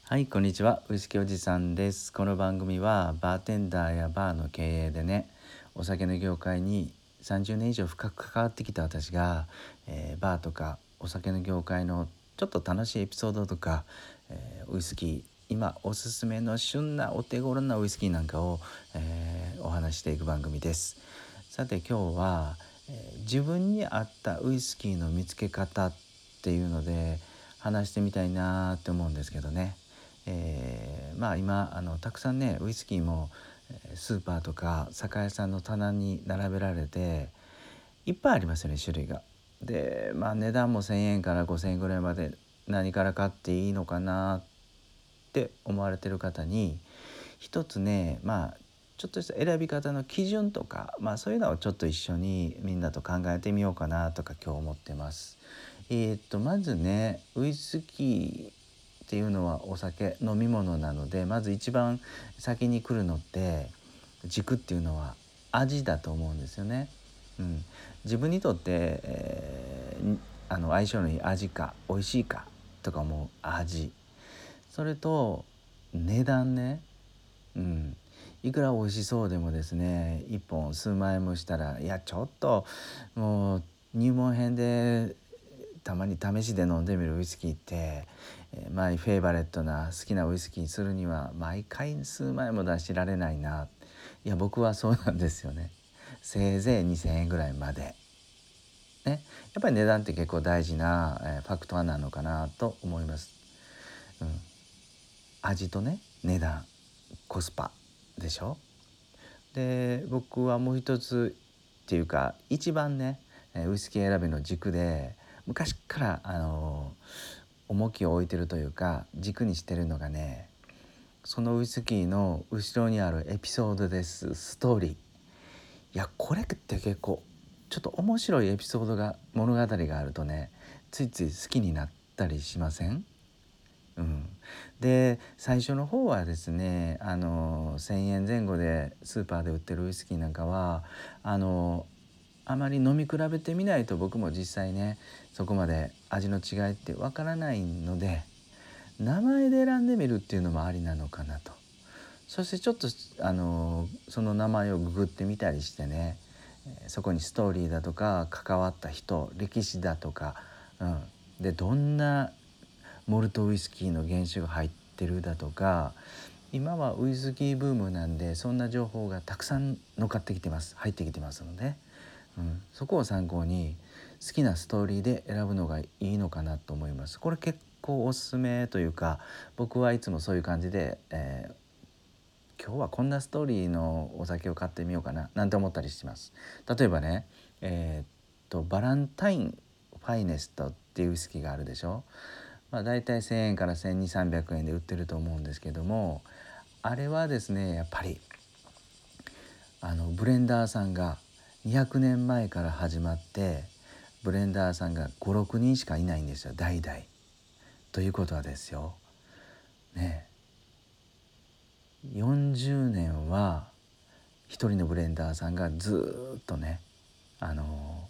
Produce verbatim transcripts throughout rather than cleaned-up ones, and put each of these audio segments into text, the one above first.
はい、こんにちは。ウイスキーおじさんです。この番組はバーテンダーやバーの経営でね、お酒の業界にさんじゅうねん以上深く関わってきた私が、えーバーとかお酒の業界のちょっと楽しいエピソードとか、えーウイスキー今おすすめの旬なお手頃なウイスキーなんかを、えーお話ししていく番組です。さて今日は、えー自分に合ったウイスキーの見つけ方っていうので話してみたいなって思うんですけどね。えーまあ今あのたくさんねウイスキーもえースーパーとか酒屋さんの棚に並べられていっぱいありますよね、種類が。でまあ値段もせんえんからごせんえんぐらいまで、何から買っていいのかなって思われてる方に一つね、まあちょっとした選び方の基準とか、まあそういうのをちょっと一緒にみんなと考えてみようかなとか今日思ってます。えー、っとまずね、ウイスキーっていうのはお酒飲み物なので、まず一番先に来るのって軸っていうのは味だと思うんですよね。うん、自分にとって、えーあの相性のいい味か美味しいかとか思う味、それと値段ね。うん、いくら美味しそうでもですね、いっぽん数万円もしたら、いやちょっともう入門編でたまに試しで飲んでみるウイスキーって、えーマイフェイバレットな好きなウイスキーにするには毎回数万円も出しられないな。いや僕はそうなんですよね。せいぜいにせんえんぐらいまでね。やっぱり値段って結構大事な、えーファクターなのかなと思います。うん、味とね、値段、コスパでしょ。で僕はもう一つっていうか一番ね、ウイスキー選びの軸で昔からあの重きを置いてるというか軸にしてるのがね、そのウイスキーの後ろにあるエピソードです。ストーリー。いやこれって結構ちょっと面白いエピソードが物語があるとね、ついつい好きになったりしません？うん、で最初の方はですね、あのせんえんぜん後でスーパーで売ってるウイスキーなんかはあのあまり飲み比べてみないと僕も実際ねそこまで味の違いってわからないので、名前で選んでみるっていうのもありなのかなと。そしてちょっとあのその名前をググってみたりしてね、そこにストーリーだとか関わった人、歴史だとか、うん、でどんなモルトウイスキーの原酒が入ってるだとか、今はウイスキーブームなんでそんな情報がたくさん乗っかってきてます、入ってきてますので、うん、そこを参考に好きなストーリーで選ぶのがいいのかなと思います。これ結構おすすめというか、僕はいつもそういう感じで、えー今日はこんなストーリーのお酒を買ってみようかななんて思ったりします。例えばね、えーっとバランタインファイネストっていうウイスキーがあるでしょ。まあ、だいたいせんえんからせんにひゃく、さんびゃくえんで売ってると思うんですけども、あれはですねやっぱりあのブレンダーさんがにひゃくねんまえから始まって、ブレンダーさんがごろくにんしかいないんですよ、代々。ということはですよね、よんじゅうねんは一人のブレンダーさんがずっとね、あの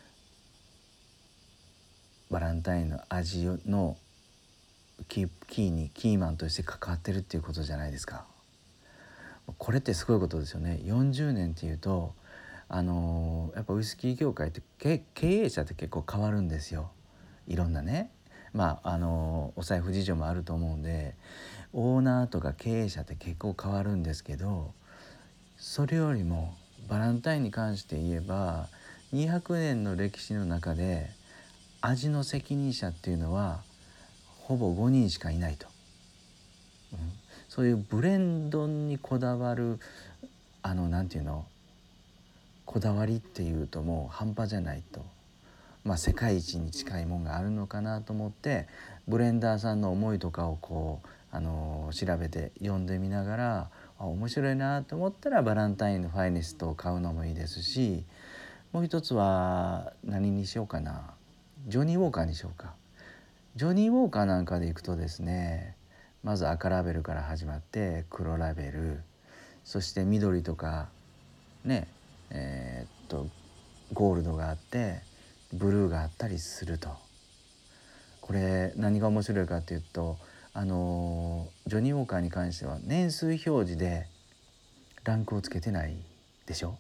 バランタインの味のキー、キーにキーマンとして関わってるっていうことじゃないですか。これってすごいことですよね。よんじゅうねんっていうとあのやっぱウイスキー業界って経営者って結構変わるんですよ。いろんなね、まああのお財布事情もあると思うんで、オーナーとか経営者って結構変わるんですけど、それよりもバランタインに関して言えばにひゃくねんの歴史の中で味の責任者っていうのはほぼごにんしかいないと。うん、そういうブレンドにこだわるあのなんていうの、こだわりっていうともう半端じゃないと。まあ世界一に近いもんがあるのかなと思って、ブレンダーさんの思いとかをこうあの調べて読んでみながら、あ面白いなと思ったらバランタインのファイネストを買うのもいいですし、もう一つは何にしようかな、ジョニーウォーカーにしようか。ジョニーウォーカーなんかでいくとですね、まず赤ラベルから始まって黒ラベル、そして緑とかね、えーっとゴールドがあってブルーがあったりすると。これ何が面白いかっていうと、あのジョニー・ウォーカーに関しては年数表示でランクをつけてないでしょ。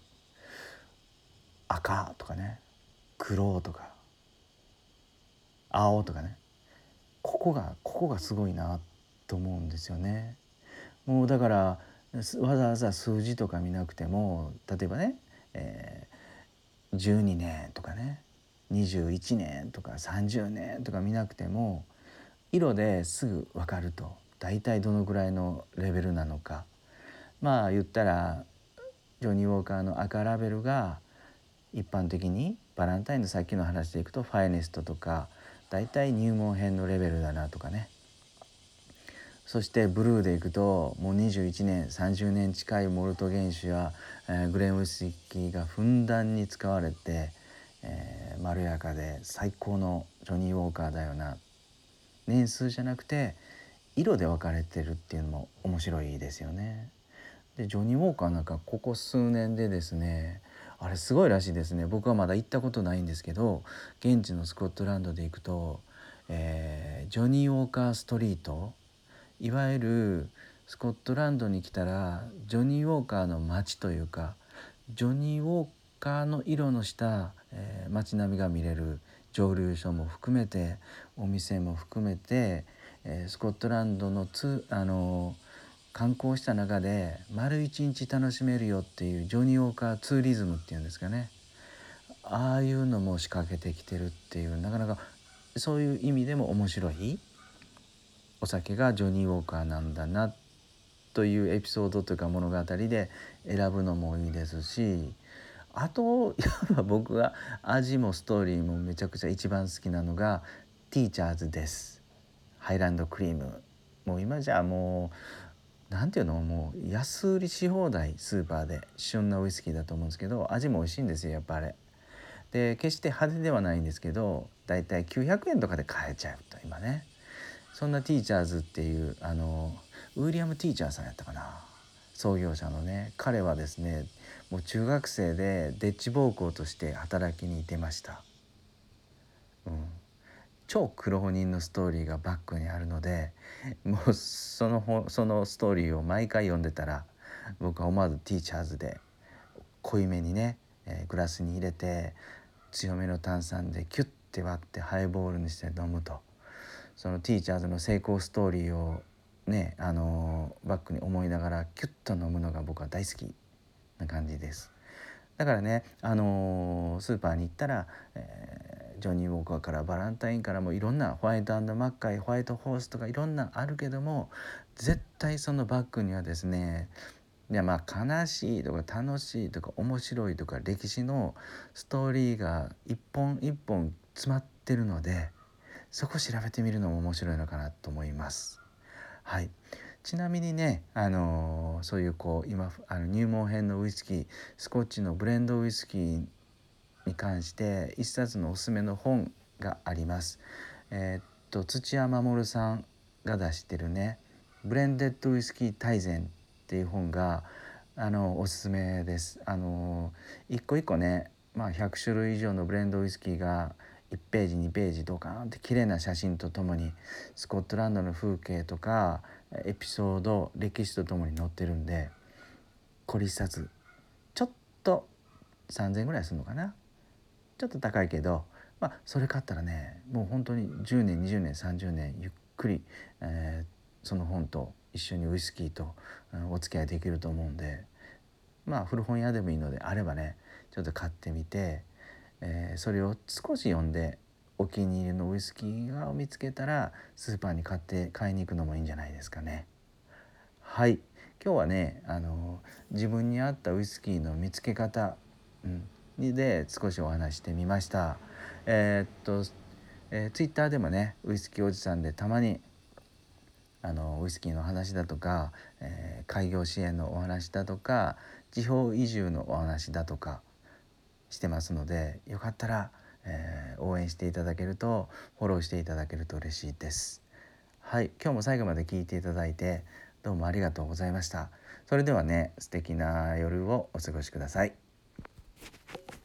赤とかね、黒とか青とかね、ここがここがすごいなと思うんですよね。もうだからわざわざ数字とか見なくても、例えばね、えー、じゅうにねんとかね、にじゅういちねんとかさんじゅうねんとか見なくても色ですぐ分かると、大体どのぐらいのレベルなのか。まあ言ったらジョニー・ウォーカーの赤ラベルが一般的にバランタインのさっきの話でいくとファイネストとか大体入門編のレベルだなとかね。そしてブルーでいくともうにじゅういちねんさんじゅうねん近いモルト原酒や、えー、グレンウイスキーがふんだんに使われて、えー、まろやかで最高のジョニー・ウォーカーだよな。年数じゃなくて色で分かれてるっていうのも面白いですよね。でジョニー・ウォーカーなんかここ数年でですね、あれすごいらしいですね。僕はまだ行ったことないんですけど、現地のスコットランドで行くと、えー、ジョニー・ウォーカーストリート、いわゆるスコットランドに来たらジョニー・ウォーカーの街というか、ジョニー・ウォーカーの色のした、えー、街並みが見れる蒸留所も含めてお店も含めて、えー、スコットランドのつあの観光した中で丸一日楽しめるよっていうジョニー・ウォーカーツーリズムっていうんですかね、ああいうのも仕掛けてきてるっていう、なかなかそういう意味でも面白いお酒がジョニー・ウォーカーなんだなというエピソードというか物語で選ぶのもいいですし、あとやっぱ僕が味もストーリーもめちゃくちゃ一番好きなのがティーチャーズです。ハイランドクリーム、もう今じゃもうなんていうの、もう安売りし放題、スーパーで旬なウイスキーだと思うんですけど、味も美味しいんですよやっぱあれで。決して派手ではないんですけど、だいたいきゅうひゃくえんとかで買えちゃうと今ね。そんなティーチャーズっていうあのウィリアム・ティーチャーさんやったかな、創業者のね。彼はですね、もう中学生でデッチ奉公として働きに出ました、うん、超苦労人のストーリーがバックにあるので、もうそのそのストーリーを毎回読んでたら、僕は思わずティーチャーズで濃いめにね、えー、グラスに入れて強めの炭酸でキュッて割ってハイボールにして飲むと、そのティーチャーズの成功ストーリーをね、あのー、バックに思いながらキュッと飲むのが僕は大好きな感じです。だからね、あのー、スーパーに行ったら、えー、ジョニー・ウォーカーからバランタインからもいろんなホワイト&マッカイ、ホワイトホースとかいろんなあるけども、絶対そのバックにはですね、いやまあ悲しいとか楽しいとか面白いとか歴史のストーリーが一本一本詰まってるので、そこ調べてみるのも面白いのかなと思います。はい。ちなみにね、あのー、そういうこう今あの入門編のウイスキー、スコッチのブレンドウイスキーに関して一冊のおすすめの本があります。えー、っと土屋守さんが出してるね、ブレンデッドウイスキー大全っていう本があのおすすめです。あのー、一個一個ね、まあ、ひゃくしゅるい以上のブレンドウイスキーがいちページにページドカーンって綺麗な写真とともにスコットランドの風景とかエピソード歴史とともに載ってるんで、これ一冊ちょっとさんぜんえんぐらいするのかな、ちょっと高いけど、まあ、それ買ったらね、もう本当にじゅうねんにじゅうねんさんじゅうねんゆっくり、えー、その本と一緒にウイスキーと、うん、お付き合いできると思うんで、まあ古本屋でもいいのであればね、ちょっと買ってみて、えー、それを少し読んでお気に入りのウイスキーを見つけたらスーパーに買って買いに行くのもいいんじゃないですかね。はい、今日はね、あの自分に合ったウイスキーの見つけ方、うん、にで少しお話してみました。えー、っと、えー、ツイッターでもね、ウイスキーおじさんでたまにあのウイスキーの話だとか、えー、開業支援のお話だとか地方移住のお話だとかしてますので、よかったら、えー、応援していただけると、フォローしていただけると嬉しいです。はい、今日も最後まで聞いていただいてどうもありがとうございました。それではね、素敵な夜をお過ごしください。